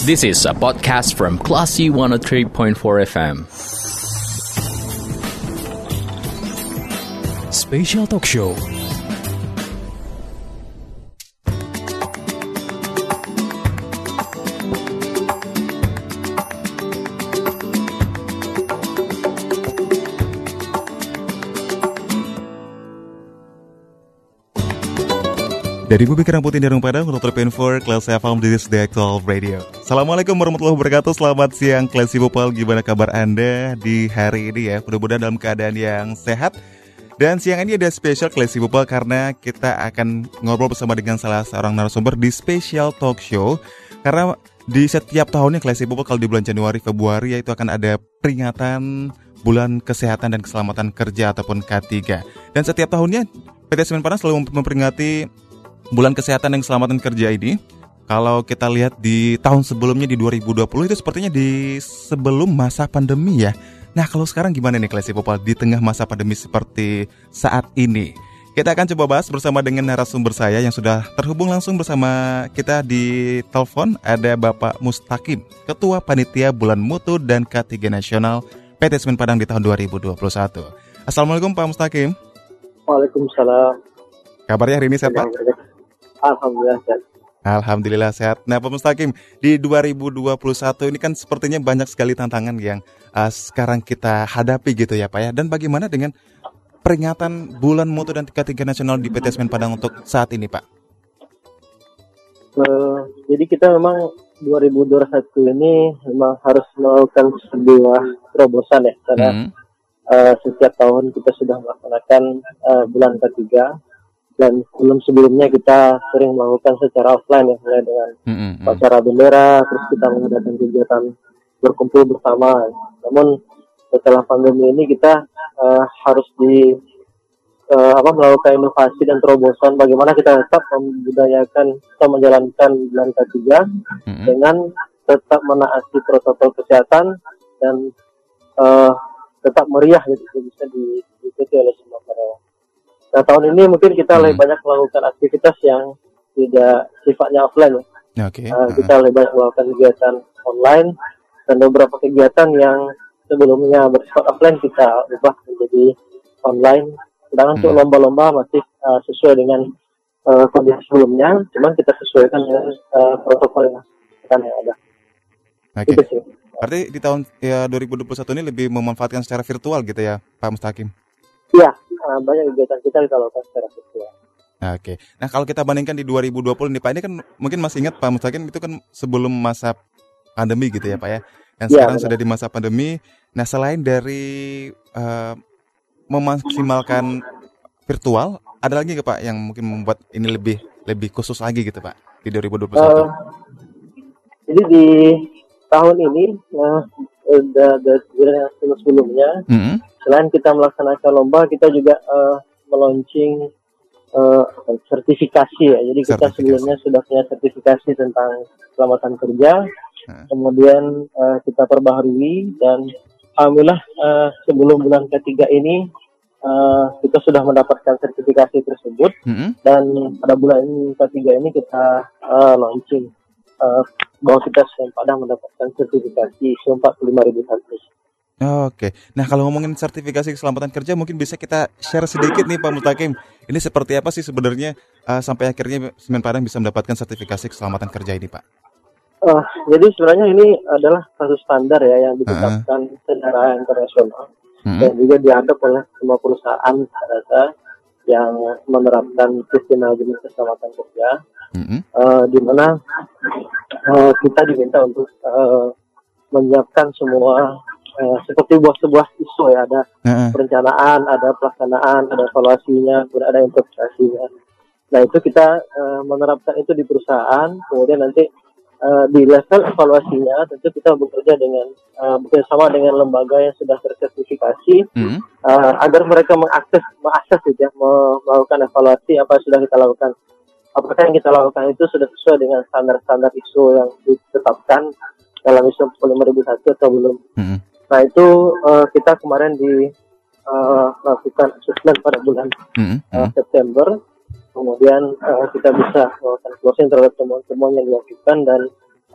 This is a podcast from Classy 103.4 FM. Special Talk Show. Dari Bumi Kerang Putih Darung Padang untuk Trip Info Classy FM di The Actual Radio. Assalamualaikum warahmatullahi wabarakatuh. Selamat siang Classy People. Gimana kabar Anda di hari ini ya? Mudah-mudahan dalam keadaan yang sehat. Dan siang ini ada spesial Classy People karena kita akan ngobrol bersama dengan salah seorang narasumber di Special Talk Show. Karena di setiap tahunnya Classy People kalau di bulan Januari, Februari ya itu akan ada peringatan Bulan Kesehatan dan Keselamatan Kerja ataupun K3. Dan setiap tahunnya PT Semen Padang selalu memperingati Bulan Kesehatan dan Keselamatan Kerja ini. Kalau kita lihat di tahun sebelumnya di 2020 itu sepertinya di sebelum masa pandemi ya. Nah kalau sekarang gimana nih Classy People di tengah masa pandemi seperti saat ini? Kita akan coba bahas bersama dengan narasumber saya yang sudah terhubung langsung bersama kita di telepon. Ada Bapak Mustaqim, Ketua Panitia Bulan Mutu dan K3 Nasional PT Semen Padang di tahun 2021. Assalamualaikum Pak Mustaqim. Waalaikumsalam. Kabarnya hari ini sehat Pak? Alhamdulillah sehat. Alhamdulillah sehat. Nah Pak Mustaqim, di 2021 ini kan sepertinya banyak sekali tantangan yang sekarang kita hadapi gitu ya Pak ya. Dan bagaimana dengan peringatan Bulan Mutu dan K3 Nasional di PT Semen Padang untuk saat ini Pak? Jadi kita memang 2021 ini memang harus melakukan sebuah terobosan ya. Karena setiap tahun kita sudah melaksanakan bulan K3. Dan sebelumnya kita sering melakukan secara offline ya, mulai dengan upacara bendera, terus kita mengadakan kegiatan berkumpul bersama. Namun setelah pandemi ini kita harus melakukan inovasi dan terobosan bagaimana kita tetap membudayakan atau menjalankan bulan K3 dengan tetap menaati protokol kesehatan dan tetap meriah gitu, bisa diikuti oleh semua karyawan. Nah tahun ini mungkin kita lebih banyak melakukan aktivitas yang tidak sifatnya offline ya. Kita lebih banyak melakukan kegiatan online dan beberapa kegiatan yang sebelumnya bersifat offline kita ubah menjadi online. Sedangkan untuk lomba-lomba masih sesuai dengan kondisi sebelumnya, cuman kita sesuaikan dengan protokol yang ada. Oke. Berarti di tahun 2021 ini lebih memanfaatkan secara virtual gitu ya Pak Mustaqim? Iya. Banyak kegiatan kita lakukan secara virtual. Oke. Nah kalau kita bandingkan di 2020 nih Pak, ini kan mungkin masih ingat Pak Mustaqim itu kan sebelum masa pandemi gitu ya Pak ya. Dan sekarang sudah di masa pandemi. Nah selain dari memaksimalkan virtual, ada lagi nggak Pak yang mungkin membuat ini lebih khusus lagi gitu Pak di 2021? Jadi di tahun ini dari bulan yang sebelumnya. Selain kita melaksanakan lomba, kita juga meluncing sertifikasi ya. Jadi kita sebelumnya sudah punya sertifikasi tentang keselamatan kerja. Kemudian kita perbaharui dan alhamdulillah sebelum bulan K3 ini kita sudah mendapatkan sertifikasi tersebut. Dan pada bulan K3 ini kita launching bahwa kita Semen Padang mendapatkan sertifikasi ISO 45001. Oke, nah kalau ngomongin sertifikasi keselamatan kerja mungkin bisa kita share sedikit nih Pak Mustaqim. Ini seperti apa sih sebenarnya sampai akhirnya Semen Padang bisa mendapatkan sertifikasi keselamatan kerja ini Pak? Jadi sebenarnya ini adalah satu standar ya yang ditetapkan secara internasional dan juga diadopsi oleh semua perusahaan rata yang menerapkan sistem manajemen keselamatan kerja, di mana kita diminta untuk menyiapkan semua seperti sebuah ISO ya, ada perencanaan, ada pelaksanaan, ada evaluasinya, kemudian ada interpretasinya. Nah itu kita menerapkan itu di perusahaan, kemudian nanti di level evaluasinya tentu kita bekerja sama dengan lembaga yang sudah tersertifikasi agar mereka mengakses gitu ya, melakukan evaluasi apa yang sudah kita lakukan. Apakah yang kita lakukan itu sudah sesuai dengan standar-standar ISO yang ditetapkan dalam ISO 45001 atau belum? Nah itu kita kemarin melakukan assessment pada bulan September, kemudian kita bisa melakukan closing terhadap temuan-temuan yang dilakukan dan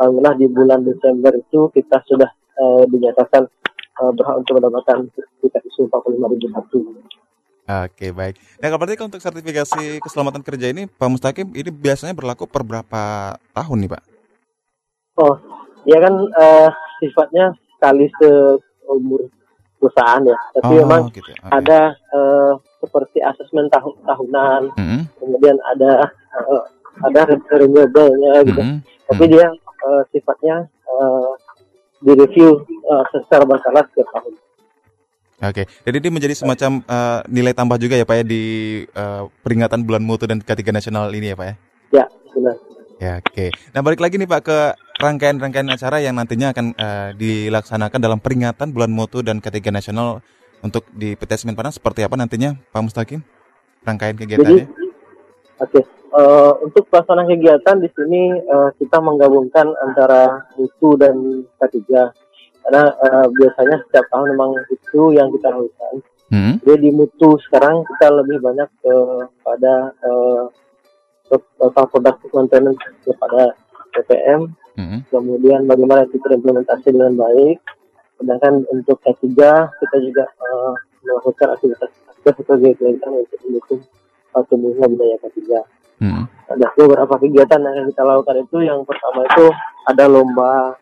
alhamdulillah di bulan Desember itu kita sudah dinyatakan berhak untuk mendapatkan sertifikat ISO 45001. Oke, baik. Nah, kalau berarti untuk sertifikasi keselamatan kerja ini, Pak Mustaqim, ini biasanya berlaku per berapa tahun nih, Pak? Oh, ya kan sifatnya sekali seumur perusahaan ya. Tapi memang gitu. ada seperti asesmen tahunan, kemudian ada renewable-nya gitu. Tapi dia sifatnya direview secara berkala setiap tahun. Oke, jadi ini menjadi semacam nilai tambah juga ya Pak ya di peringatan Bulan Mutu dan Ketiga Nasional ini ya Pak ya? Ya, benar. Ya, oke. Nah, balik lagi nih Pak ke rangkaian acara yang nantinya akan dilaksanakan dalam peringatan Bulan Mutu dan Ketiga Nasional untuk di PT Semen Padang seperti apa nantinya Pak Mustaqim? Rangkaian kegiatannya? Oke. Untuk pelaksanaan kegiatan di sini kita menggabungkan antara Mutu dan K3. Karena biasanya setiap tahun memang itu yang kita lakukan. Jadi di Mutu sekarang kita lebih banyak kepada total product maintenance kepada PPM. Kemudian bagaimana itu terimplementasi dengan baik. Sedangkan untuk K3 kita juga melakukan aktivitas sebagai kegiatan untuk mendukung tumbuhnya budaya K3. Ada beberapa kegiatan yang akan kita lakukan itu. Yang pertama itu ada lomba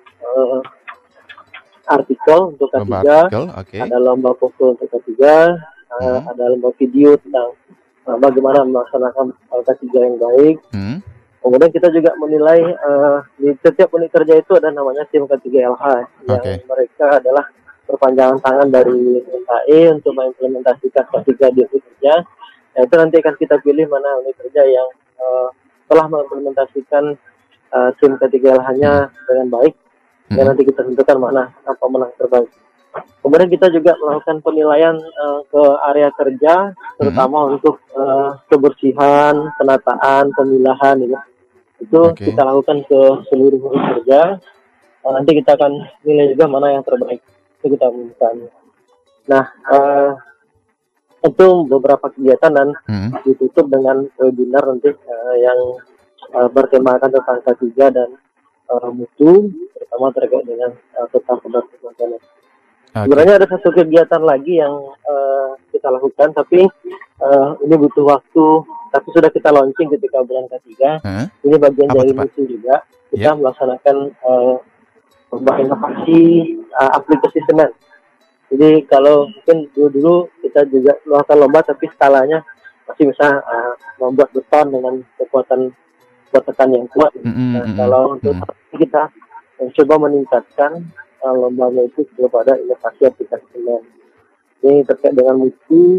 artikel untuk K3, ada lomba foto untuk K3, ada lomba video tentang bagaimana melaksanakan K3 yang baik. Kemudian kita juga menilai di setiap unit kerja itu ada namanya tim K3LH yang mereka adalah perpanjangan tangan dari SAE untuk mengimplementasikan K3 di unit kerja. Nah, itu nanti akan kita pilih mana unit kerja yang telah mengimplementasikan tim K3LH-nya dengan baik. Dan nanti kita tentukan mana pemenang terbaik. Kemudian kita juga melakukan penilaian ke area kerja, terutama untuk kebersihan, penataan, pemilahan, gitu. Itu kita lakukan ke seluruh unit kerja. Nanti kita akan nilai juga mana yang terbaik. Itu kita umumkan. Nah, itu beberapa kegiatan dan ditutup dengan webinar nanti yang bertemakan tentang K3 dan Mutu, terutama terkait dengan total product maintenance. Sebenarnya ada satu kegiatan lagi yang kita lakukan, tapi ini butuh waktu. Tapi sudah kita launching ketika bulan K3. Ini bagian dari Mutu juga. Kita melaksanakan lomba inovasi aplikasi semen. Jadi kalau mungkin dulu kita juga melakukan lomba, tapi skalanya masih bisa membuat beton dengan kekuatan tekan yang kuat. Kalau untuk kita mencoba meningkatkan lombanya itu kepada inovasi aplikasi semen. Ini terkait dengan Mutu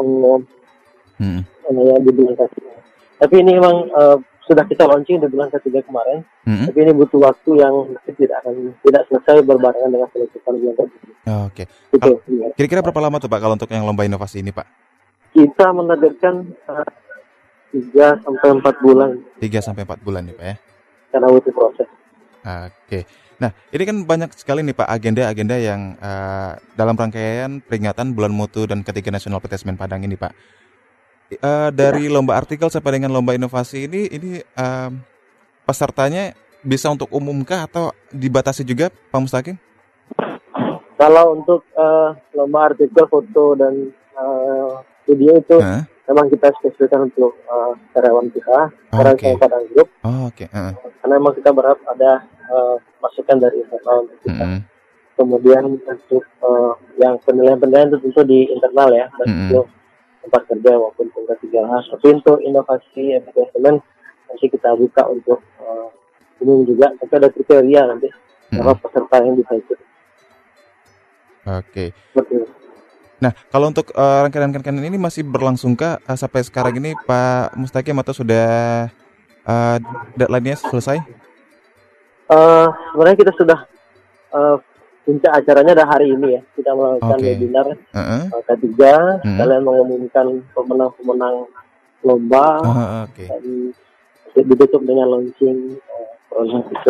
di bulan K3. Tapi ini memang sudah kita launching di bulan K3 kemarin. Tapi ini butuh waktu yang tidak selesai berbarengan dengan penutupan bulan K3. Oke. Kira-kira berapa lama tuh Pak kalau untuk yang lomba inovasi ini Pak? Kita menargetkan 3-4 bulan. 3-4 bulan nih Pak ya? Karena butuh proses. Oke. Nah, ini kan banyak sekali nih Pak agenda-agenda yang dalam rangkaian peringatan Bulan Mutu dan Ketiga Nasional PT Semen Padang ini Pak. Dari lomba artikel sampai dengan lomba inovasi ini pesertanya bisa untuk umum kah atau dibatasi juga Pak Mustaqim? Kalau untuk lomba artikel, foto dan video itu memang kita spesifikkan untuk karyawan kita, karyawan Padang Group. Karena memang kita berharap ada masukan dari internal untuk kita. Kemudian untuk yang penilaian-penilaian itu tentu di internal ya, untuk tempat kerja maupun tempat tinggal. Tapi untuk inovasi investment nanti kita buka untuk umum juga. Tapi ada kriteria nanti berapa peserta yang bisa ikut. Oke. Betul. Nah, kalau untuk rangkaian ini masih berlangsungkah sampai sekarang ini Pak Mustaqim atau sudah deadline-nya selesai? Sebenarnya kita sudah puncak acaranya ada hari ini ya. Kita melakukan webinar K3. Kalian mengumumkan pemenang-pemenang lomba. Dan ditutup dengan launching program itu.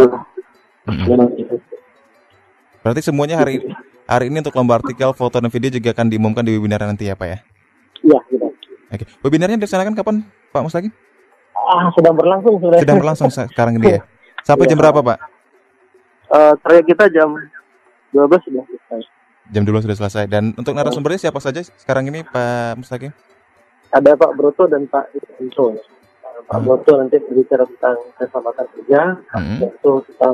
Berarti semuanya hari ini untuk lomba artikel, foto dan video juga akan diumumkan di webinar nanti ya Pak ya? Iya, benar. Oke. Webinarnya dilaksanakan kapan Pak Mustaqim? Sedang berlangsung sebenarnya. Sedang berlangsung sekarang ini ya. Sampai jam berapa Pak? Trayek kita jam 12 sudah selesai. Jam 12 sudah selesai. Dan untuk narasumbernya siapa saja sekarang ini Pak Mustaqim? Ada Pak Broto dan Pak Ito. Pak Broto nanti berbicara tentang keselamatan kerja, itu tentang.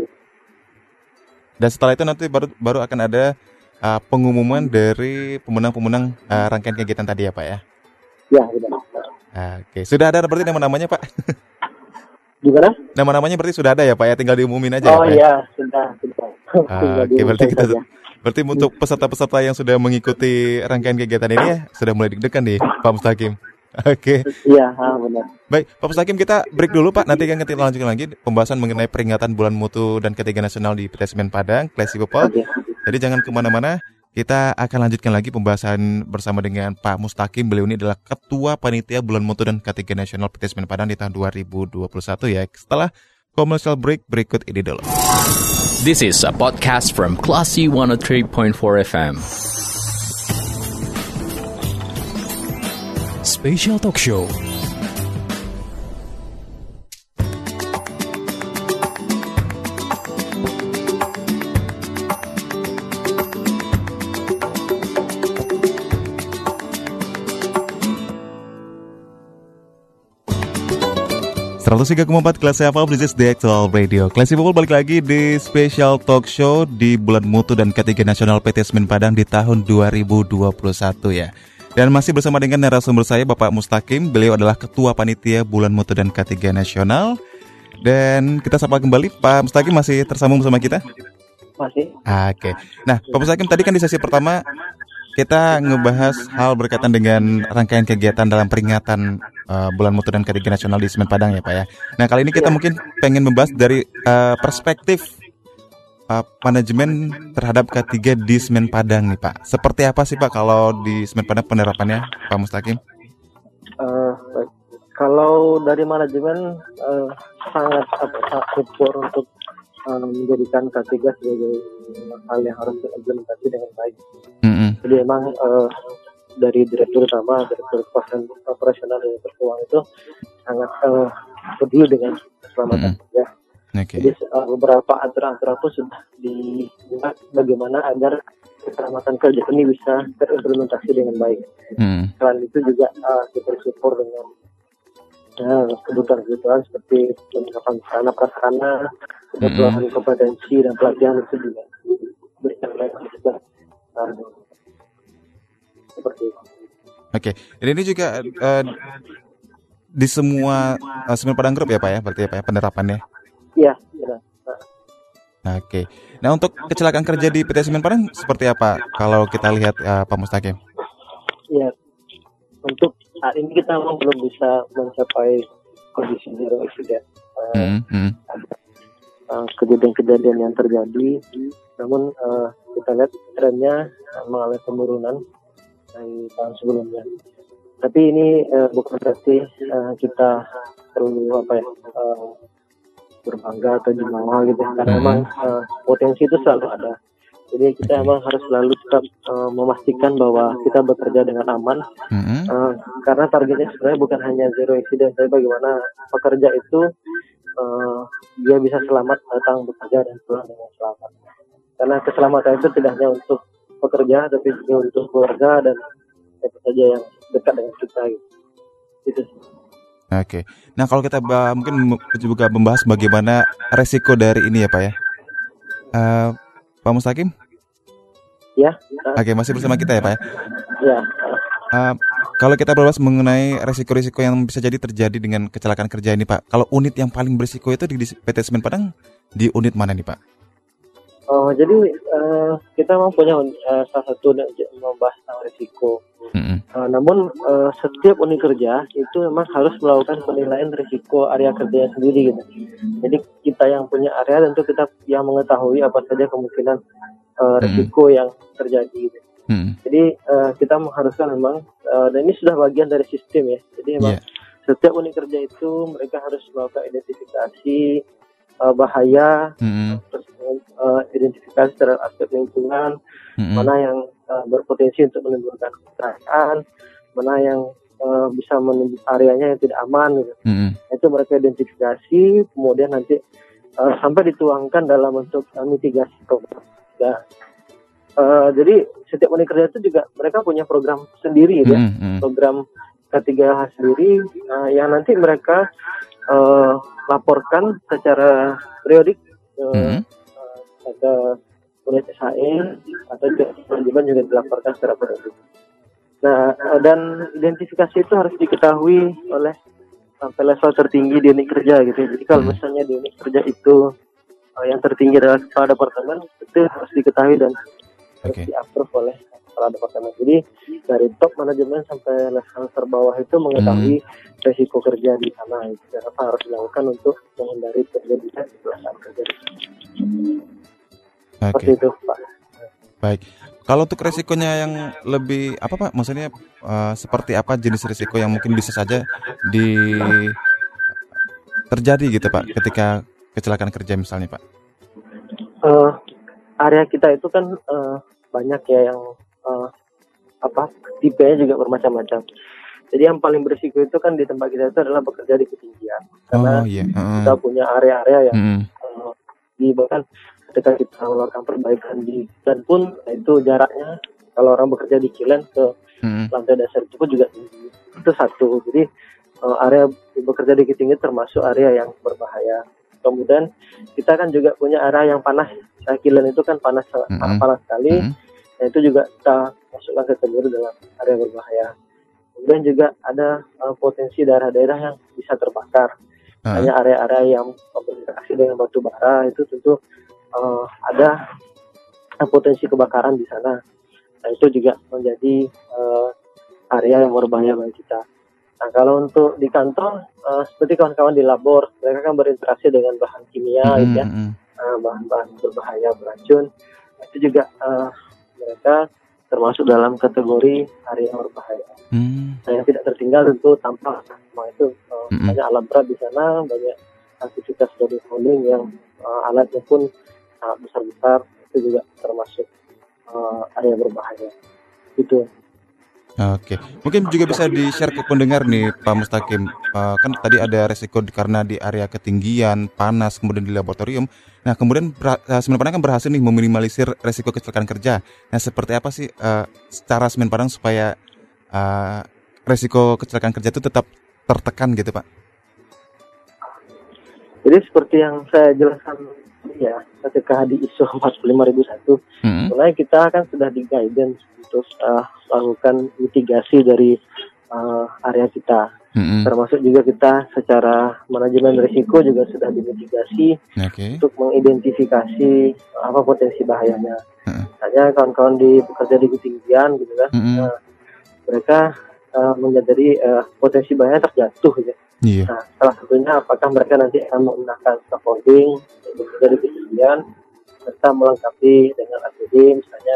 Dan setelah itu nanti baru akan ada pengumuman dari pemenang-pemenang rangkaian kegiatan tadi ya Pak ya? Ya, benar. Oke, sudah ada berarti nama-namanya Pak? Gimana? Nama-namanya berarti sudah ada ya Pak ya, tinggal diumumin aja ya Pak? Oh iya, sudah. Oke, berarti untuk peserta-peserta yang sudah mengikuti rangkaian kegiatan ini ya, sudah mulai deg-degan nih Pak Mustaqim. Oke. Iya, benar. Baik, Pak Mustaqim, kita break dulu Pak, nanti kita lanjutkan lagi pembahasan mengenai peringatan Bulan Mutu dan Ketiga Nasional di PT Semen Padang, Classy People. Jadi jangan kemana-mana, kita akan lanjutkan lagi pembahasan bersama dengan Pak Mustaqim. Beliau ini adalah Ketua Panitia Bulan Mutu dan Ketiga Nasional PT Semen Padang di tahun 2021 ya. Setelah commercial break berikut ini dulu. This is a podcast from Classy 103.4 FM. Special Talk Show. Seratus 3,4 Classy FM, this is the actual radio. Classy People balik lagi di Special Talk Show di Bulan Mutu dan Ketiga Nasional PT Semen Padang di tahun 2021 ya. Dan masih bersama dengan narasumber saya Bapak Mustaqim. Beliau adalah Ketua Panitia Bulan Mutu dan Ketiga Nasional. Dan kita sapa kembali, Pak Mustaqim masih tersambung bersama kita? Masih. Oke. Nah, Pak Mustaqim, tadi kan di sesi pertama kita ngebahas hal berkaitan dengan rangkaian kegiatan dalam peringatan Bulan Mutu dan Ketiga Nasional di Semen Padang ya Pak ya. Nah, kali ini kita mungkin pengen membahas dari perspektif manajemen terhadap K3 di Semen Padang nih Pak. Seperti apa sih Pak kalau di Semen Padang penerapannya Pak Mustaqim? Kalau dari manajemen sangat support untuk menjadikan K3 sebagai hal yang harus diimplementasi dengan baik. Jadi emang dari direktur utama, direktur operasional dan keuangan itu sangat peduli dengan keselamatan kerja. Okay. Jadi beberapa aturan-aturan pun sudah dibuat bagaimana agar keselamatan kerja ini bisa terimplementasi dengan baik. Selain itu juga kita support dengan kebutuhan-kebutuhan seperti penerapan sarana prasarana, kebutuhan kompetensi dan pelatihan itu juga diberikan oleh juga seperti itu. Oke, dan ini juga di semua Semen Padang Group ya Pak ya, berarti ya Pak ya penerapannya? Iya, benar. Oke. Nah, untuk kecelakaan kerja di PT Semen Padang seperti apa kalau kita lihat Pak Mustaqim? Iya. Untuk saat ini kita memang belum bisa mencapai kondisi zero accident. Kejadian-kejadian yang terjadi, namun kita lihat trennya mengalami penurunan dari tahun sebelumnya. Tapi ini bukan berarti kita perlu berbangga atau jumawa gitu, karena memang potensi itu selalu ada. Jadi kita memang harus selalu tetap memastikan bahwa kita bekerja dengan aman, karena targetnya sebenarnya bukan hanya zero accident, tapi bagaimana pekerja itu dia bisa selamat datang bekerja dan pulang dengan selamat. Karena keselamatan itu tidak hanya untuk pekerja, tapi juga untuk keluarga dan siapa saja yang dekat dengan kita gitu. Oke. Nah, kalau kita mungkin juga membahas bagaimana resiko dari ini ya Pak ya. Pak Mustaqim? Ya. Oke, masih bersama kita ya Pak ya. Ya. Kalau kita bahas mengenai resiko-resiko yang bisa jadi terjadi dengan kecelakaan kerja ini Pak, kalau unit yang paling berisiko itu di PT Semen Padang di unit mana nih Pak? Jadi kita memang punya salah satu membahas tentang risiko. Namun setiap unit kerja itu memang harus melakukan penilaian risiko area kerja sendiri gitu. Jadi kita yang punya area tentu kita yang mengetahui apa saja kemungkinan risiko yang terjadi gitu. Jadi kita mengharuskan memang dan ini sudah bagian dari sistem ya. Jadi memang setiap unit kerja itu mereka harus melakukan identifikasi bahaya, terus identifikasi terhadap aspek lingkungan, mana yang berpotensi untuk menimbulkan kecelakaan, mana yang bisa menimbulkan areanya yang tidak aman gitu. Itu mereka identifikasi, kemudian nanti sampai dituangkan dalam bentuk mitigasi program. Nah, jadi setiap unit kerja itu juga mereka punya program sendiri ya, program K3H sendiri yang nanti mereka laporkan secara periodik ke unit SHE atau kewajiban juga dilaporkan secara periodik. Nah, dan identifikasi itu harus diketahui oleh sampai level tertinggi di unit kerja gitu. Jadi kalau misalnya di unit kerja itu yang tertinggi adalah kepala departemen, itu harus diketahui dan harus di-approve oleh kepala departemen. Jadi dari top manajemen sampai level terbawah itu mengetahui resiko kerja di sana. Dan apa harus dilakukan untuk menghindari terjadinya kecelakaan kerja. Seperti itu, Pak. Baik. Kalau untuk resikonya yang lebih apa Pak? Maksudnya seperti apa jenis risiko yang mungkin bisa saja terjadi gitu Pak ketika kecelakaan kerja misalnya Pak? Area kita itu kan banyak ya yang tipenya juga bermacam-macam. Jadi yang paling berisiko itu kan di tempat kita itu adalah bekerja di ketinggian. Karena kita punya area-area yang bahkan ketika kita melakukan perbaikan di dan pun itu jaraknya kalau orang bekerja di kilen ke lantai dasar itu pun juga tinggi. Itu satu. Jadi area bekerja di ketinggian termasuk area yang berbahaya. Kemudian kita kan juga punya area yang panas. Kilen itu kan panas sekali. Nah, itu juga kita masukkan kategori dalam area berbahaya. Kemudian juga ada potensi daerah-daerah yang bisa terbakar. Hanya area-area yang berinteraksi dengan batu bara itu tentu ada potensi kebakaran di sana. Nah, itu juga menjadi area yang berbahaya bagi kita. Nah, kalau untuk di kantor, seperti kawan-kawan di labor, mereka kan berinteraksi dengan bahan kimia, gitu ya, bahan-bahan berbahaya, beracun. Itu juga mereka termasuk dalam kategori area berbahaya. Nah, yang tidak tertinggal tentu tampak. Nah, itu banyak alat berat di sana, banyak aktivitas dari holding yang alatnya pun sangat besar-besar, itu juga termasuk area berbahaya. Itu. Oke, mungkin juga bisa di-share ke pendengar nih Pak Mustaqim. Kan tadi ada resiko karena di area ketinggian, panas, kemudian di laboratorium. Nah, kemudian Semen Padang kan berhasil nih meminimalisir resiko kecelakaan kerja. Nah, seperti apa sih cara Semen Padang supaya resiko kecelakaan kerja itu tetap tertekan gitu Pak? Jadi seperti yang saya jelaskan ya, ketika di ISO 45001, mulai kita kan sudah di guidance untuk melakukan mitigasi dari area kita. Termasuk juga kita secara manajemen risiko juga sudah dimitigasi untuk mengidentifikasi apa potensi bahayanya. Hanya kawan-kawan bekerja di ketinggian gitu kan, mereka menyadari potensi bahaya terjatuh gitu. Nah, salah satunya apakah mereka nanti akan menggunakan scaffolding dari ketinggian serta melengkapi dengan APD misalnya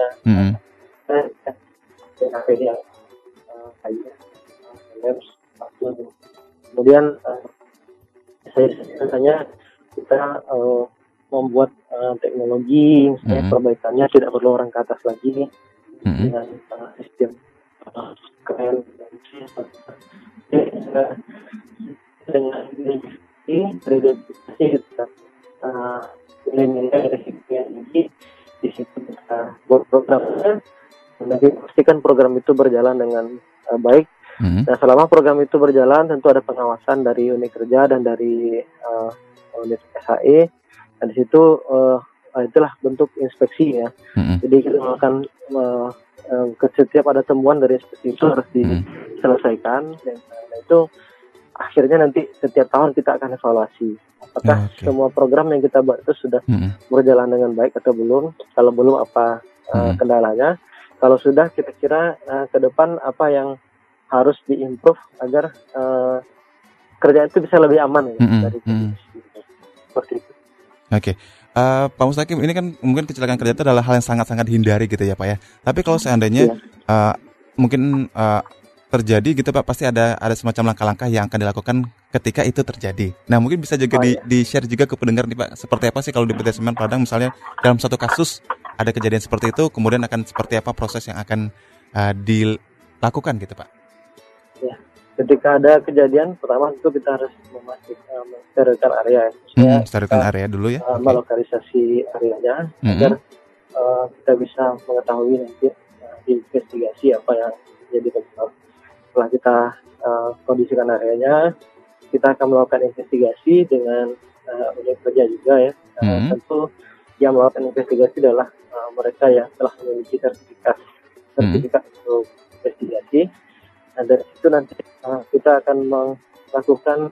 dengan APD yang kayu, kemudian biasanya kita membuat teknologi misalnya perbaikannya tidak perlu orang ke atas lagi dengan sistem keren dengan identifikasi kita nilai resiko yang tinggi di situ kita buat programnya dan nanti pastikan program itu berjalan dengan baik. Nah, selama program itu berjalan tentu ada pengawasan dari unit kerja dan dari unit SHE. Dan di situ itulah bentuk inspeksi ya. Jadi kita akan setiap ada temuan dari inspeksi itu harus diselesaikan dan itu akhirnya nanti setiap tahun kita akan evaluasi apakah semua program yang kita buat itu sudah berjalan dengan baik atau belum. Kalau belum apa kendalanya. Kalau sudah kira-kira ke depan apa yang harus diimprove agar kerjaan itu bisa lebih aman ya, dari seperti itu. Oke. Pak Mustaqim, ini kan mungkin kecelakaan kerja itu adalah hal yang sangat-sangat dihindari gitu ya Pak ya. Tapi kalau seandainya mungkin terjadi gitu Pak, pasti ada semacam langkah-langkah yang akan dilakukan ketika itu terjadi. Nah, mungkin bisa juga di-share juga ke pendengar nih Pak, seperti apa sih kalau di PT Semen Padang misalnya dalam satu kasus ada kejadian seperti itu, kemudian akan seperti apa proses yang akan dilakukan gitu Pak? Ya. ketika ada kejadian, pertama itu kita harus memastikan mensterilkan area. Sterilkan area dulu ya. Melokalisasi areanya agar kita bisa mengetahui nanti investigasi apa yang jadi penyebab. Setelah kita kondisikan areanya, kita akan melakukan investigasi dengan unit kerja juga ya. Tentu yang melakukan investigasi adalah mereka yang telah memiliki sertifikat untuk investigasi. Nah, dari situ nanti kita akan melakukan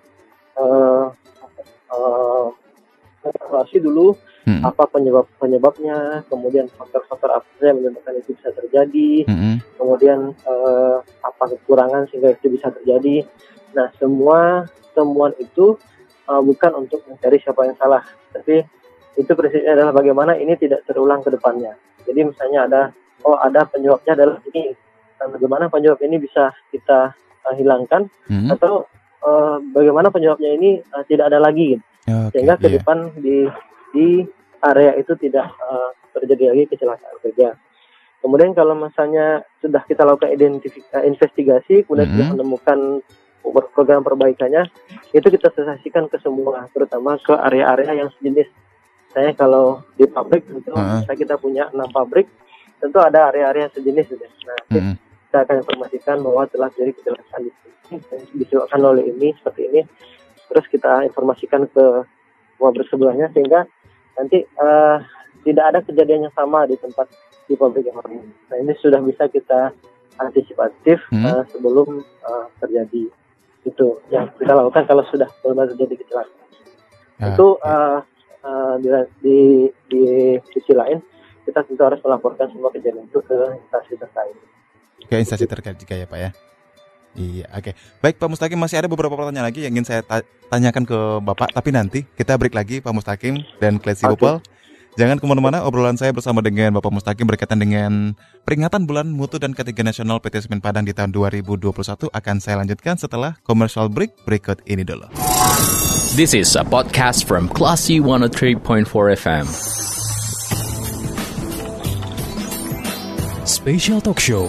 evaluasi dulu apa penyebabnya, kemudian faktor-faktor apa saja yang menyebabkan itu bisa terjadi, kemudian apa kekurangan sehingga itu bisa terjadi. Nah, semua temuan itu bukan untuk mencari siapa yang salah, tapi itu prinsipnya adalah bagaimana ini tidak terulang ke depannya. Jadi misalnya ada penyebabnya adalah ini, dan bagaimana penyebab ini bisa kita hilangkan, atau bagaimana penyebabnya ini tidak ada lagi, gitu. Sehingga ke depan di area itu tidak terjadi lagi kecelakaan kerja. Kemudian kalau misalnya sudah kita lakukan investigasi, kemudian sudah menemukan program perbaikannya, itu kita sosialisasikan ke semua, terutama ke area-area yang sejenis. Saya kalau di pabrik tentu kita punya 6 pabrik, tentu ada area-area sejenis. Nah, kita akan informasikan bahwa telah terjadi kecelakaan di sini, disebabkan oleh ini seperti ini. Terus kita informasikan ke pabrik sebelahnya sehingga nanti tidak ada kejadian yang sama di tempat di pabrik yang lain. Nah, ini sudah bisa kita antisipatif sebelum terjadi. Itu yang kita lakukan kalau sudah benar terjadi kecelakaan. Itu di sisi lain kita tentu harus melaporkan semua kejadian itu ke instansi terkait. Ke instansi terkait juga ya Pak ya. Iya, oke. Baik Pak Mustaqim, masih ada beberapa pertanyaan lagi yang ingin saya tanyakan ke Bapak, tapi nanti kita break lagi Pak Mustaqim dan Klesi Popol. Jangan kemana-mana, obrolan saya bersama dengan Bapak Mustaqim berkaitan dengan peringatan Bulan Mutu dan K3 Nasional PT Semen Padang di tahun 2021 akan saya lanjutkan setelah commercial break berikut ini dulu. This is a podcast from Classy 103.4 FM. Special Talk Show.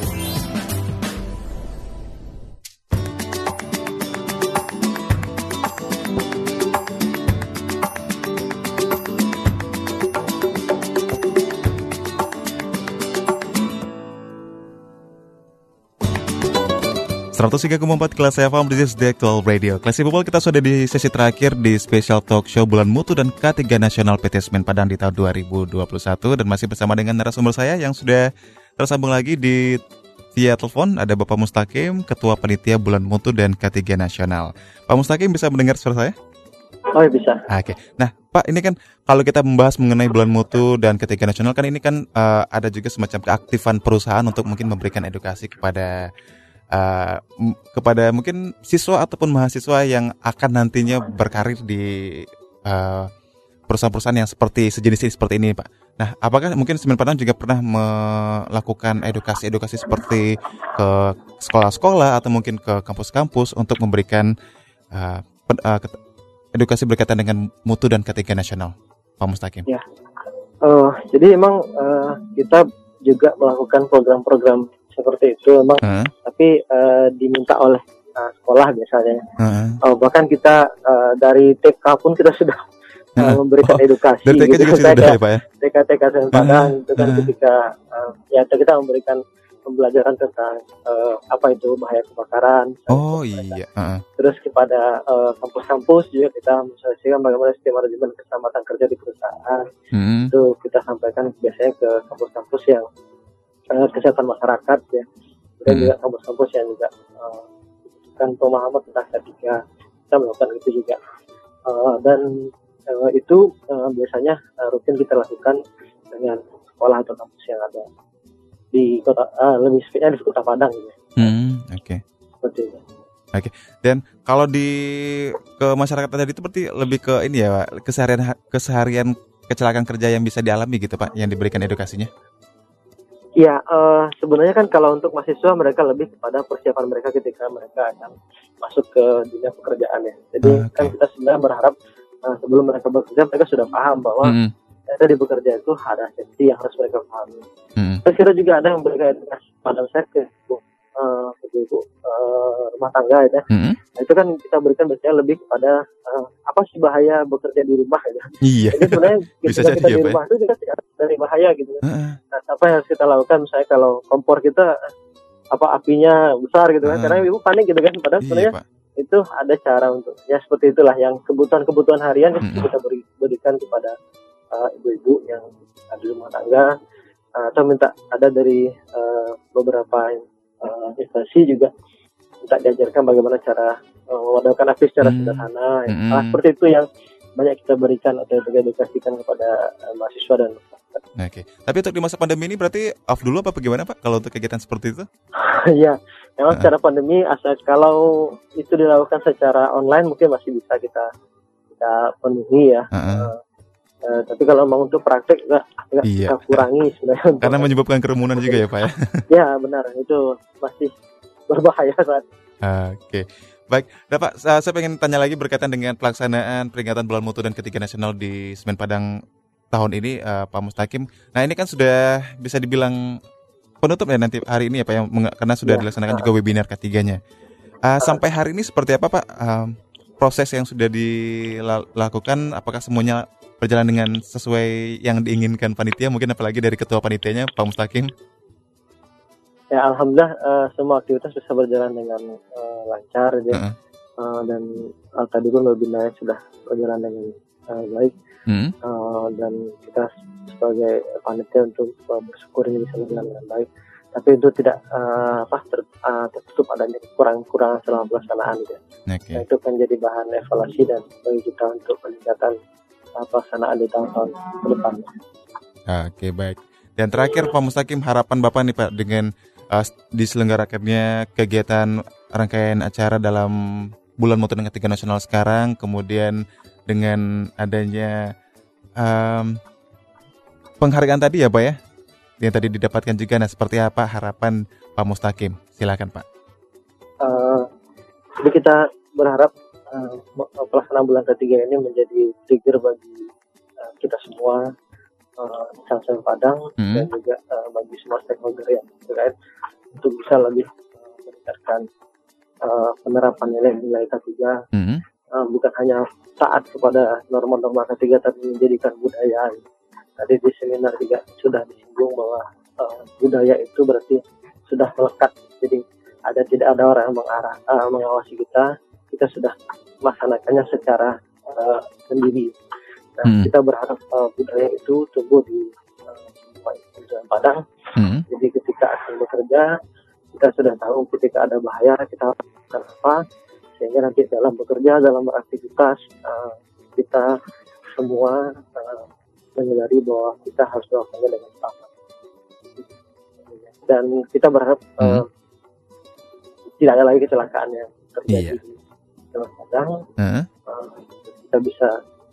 Kelas FM, this is The Actual Radio. Kelas People, kita sudah di sesi terakhir di Special Talk Show Bulan Mutu dan K3 Nasional PT Semen Padang di tahun 2021 dan masih bersama dengan narasumber saya yang sudah tersambung lagi di via telepon. Ada Bapak Mustaqim, Ketua Panitia Bulan Mutu dan K3 Nasional. Pak Mustaqim bisa mendengar suara saya? Oh bisa. Oke. Nah Pak, ini kan kalau kita membahas mengenai Bulan Mutu dan K3 Nasional kan ini kan ada juga semacam keaktifan perusahaan untuk mungkin memberikan edukasi kepada mungkin siswa ataupun mahasiswa yang akan nantinya berkarir di perusahaan-perusahaan yang sejenis seperti ini Pak. Nah, apakah mungkin Semen Padang juga pernah melakukan edukasi seperti ke sekolah-sekolah atau mungkin ke kampus-kampus untuk memberikan edukasi berkaitan dengan mutu dan K3 Nasional, Pak Mustaqim? Ya, jadi emang kita juga melakukan program-program seperti itu memang, tapi diminta oleh sekolah biasanya. Bahkan kita dari TK pun kita sudah memberikan edukasi. Dari TK juga sudah ya Pak ya? TK Semen Padang itu kan ketika kita memberikan pembelajaran tentang apa itu bahaya kebakaran. Iya. Terus kepada kampus-kampus juga kita mensosialisasikan bagaimana sistem manajemen keselamatan kerja di perusahaan. Itu kita sampaikan biasanya ke kampus-kampus yang kesehatan masyarakat ya, dan juga kampus-kampus yang juga kan pemahaman tentang ketika kita melakukan itu juga, dan itu biasanya rutin kita lakukan dengan sekolah atau kampus yang ada di kota, lebih spesifiknya di Kota Padang gitu. Oke. Seperti itu. Oke. Dan kalau ke masyarakat tadi itu berarti lebih ke ini ya Pak, keseharian kecelakaan kerja yang bisa dialami gitu Pak, yang diberikan edukasinya. Ya, sebenarnya kan kalau untuk mahasiswa mereka lebih kepada persiapan mereka ketika mereka akan masuk ke dunia pekerjaan ya. Jadi kan kita sebenarnya berharap sebelum mereka bekerja mereka sudah paham bahwa ada di bekerja itu ada safety yang harus mereka pahami. Terus kita juga ada yang memberikan edukasi pada saya ibu-ibu rumah tangga ya. Nah, itu kan kita berikan biasanya lebih kepada apa sih bahaya bekerja di rumah ya. Iya. Jadi sebenarnya ketika kita di ya, rumah itu kita tidak dari bahaya gitu. Nah, apa yang harus kita lakukan misalnya kalau kompor kita apinya besar gitu kan, karena ibu panik gitu kan, padahal sebenarnya itu ada cara untuk ya seperti itulah yang kebutuhan harian yang kita berikan kepada ibu-ibu yang ada di rumah tangga, atau minta ada dari beberapa instansi juga minta diajarkan bagaimana cara memadamkan api secara sederhana. Seperti itu yang banyak kita berikan atau kita edukasikan kepada mahasiswa dan masyarakat. Oke. Tapi untuk di masa pandemi ini berarti off dulu apa bagaimana Pak kalau untuk kegiatan seperti itu? Ya, memang secara pandemi kalau itu dilakukan secara online mungkin masih bisa kita penuhi ya. Tapi kalau memang untuk praktek kita kurangi sebenarnya. Karena menyebabkan kerumunan juga ya Pak ya? Ya benar, itu masih berbahaya saat. Oke. Baik, Pak, saya pengen tanya lagi berkaitan dengan pelaksanaan peringatan Bulan Mutu dan Ketiga Nasional di Semen Padang tahun ini, Pak Mustaqim. Nah ini kan sudah bisa dibilang penutup ya nanti hari ini ya Pak, karena sudah dilaksanakan juga webinar ketiganya. Sampai hari ini seperti apa Pak proses yang sudah dilakukan? Apakah semuanya berjalan dengan sesuai yang diinginkan panitia? Mungkin apalagi dari ketua panitianya Pak Mustaqim. Ya alhamdulillah semua aktivitas bisa berjalan dengan lancar ya. Dan tadi pun webinar sudah berjalan dengan baik. Dan kita sebagai panitia untuk bersyukur ini bisa berjalan dengan baik. Tapi itu tidak tertutup adanya kekurangan selama pelaksanaan ya. Nah, itu kan jadi bahan evaluasi dan bagi kita untuk peningkatan pelaksanaan di tahun-tahun ke depan. Oke, baik. Dan terakhir Pak Mustaqim, harapan Bapak nih Pak dengan diselenggarakannya kegiatan rangkaian acara dalam Bulan Mutu dan Ketiga Nasional sekarang, kemudian dengan adanya penghargaan tadi ya Pak ya, yang tadi didapatkan juga. Nah, seperti apa harapan Pak Mustaqim? Silakan Pak. Jadi kita berharap pelaksanaan bulan ketiga ini menjadi trigger bagi kita semua, Semen Padang dan juga bagi semua stakeholder yang terkait untuk bisa lebih meningkatkan penerapan nilai-nilai K3, bukan hanya taat kepada norma-norma K3 tapi menjadikan budaya. Tadi di seminar juga sudah disinggung bahwa budaya itu berarti sudah melekat, jadi tidak ada orang yang mengawasi kita sudah melaksanakannya secara sendiri. Nah, kita berharap budaya itu tumbuh di Semen Padang. Jadi ketika akan bekerja, kita sudah tahu ketika ada bahaya kita lakukan apa, sehingga nanti dalam bekerja, dalam beraktivitas, kita semua menyadari bahwa kita harus melakukannya dengan sama. Dan kita berharap tidak ada lagi kecelakaan yang terjadi di Semen Padang. Kita bisa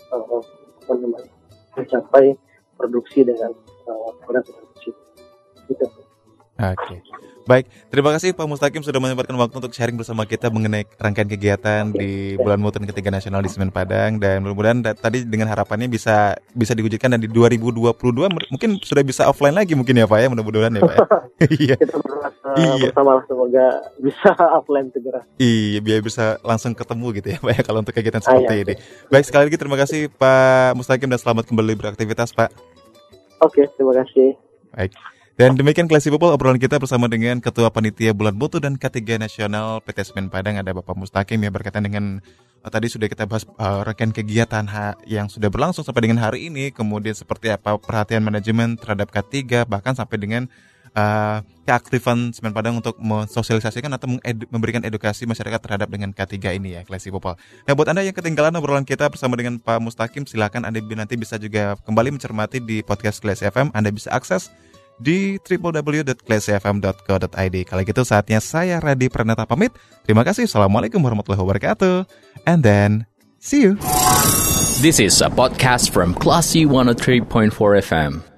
mencapai produksi dengan produksi. Gitu. Oke. Baik, terima kasih Pak Mustaqim sudah menyempatkan waktu untuk sharing bersama kita mengenai rangkaian kegiatan di Bulan Mutu dan Ketiga Nasional di Semen Padang, dan mudah-mudahan tadi dengan harapannya bisa diwujudkan dan di 2022 mungkin sudah bisa offline lagi mungkin ya Pak ya, mudah-mudahan ya Pak ya. Iya. Kita berharap bersama semoga bisa offline segera. Iya, biar bisa langsung ketemu gitu ya Pak ya kalau untuk kegiatan seperti ini. Baik, sekali lagi terima kasih Pak Mustaqim dan selamat kembali beraktivitas Pak. Oke, terima kasih. Baik. Dan demikian Classy People, obrolan kita bersama dengan Ketua Panitia Bulan Mutu dan K3 Nasional PT Semen Padang, ada Bapak Mustaqim ya, berkaitan dengan tadi sudah kita bahas rangkaian kegiatan yang sudah berlangsung sampai dengan hari ini, kemudian seperti apa perhatian manajemen terhadap K3, bahkan sampai dengan keaktifan Semen Padang untuk mensosialisasikan atau memberikan edukasi masyarakat terhadap dengan K3 ini ya, Classy People. Nah, buat Anda yang ketinggalan obrolan kita bersama dengan Pak Mustaqim, silakan Anda nanti bisa juga kembali mencermati di podcast Classy FM. Anda bisa akses di www.classyfm.co.id. Kalau gitu saatnya saya Radi Pranata pamit. Terima kasih. Assalamualaikum warahmatullahi wabarakatuh. And then, see you. This is a podcast from Classy 103.4 FM.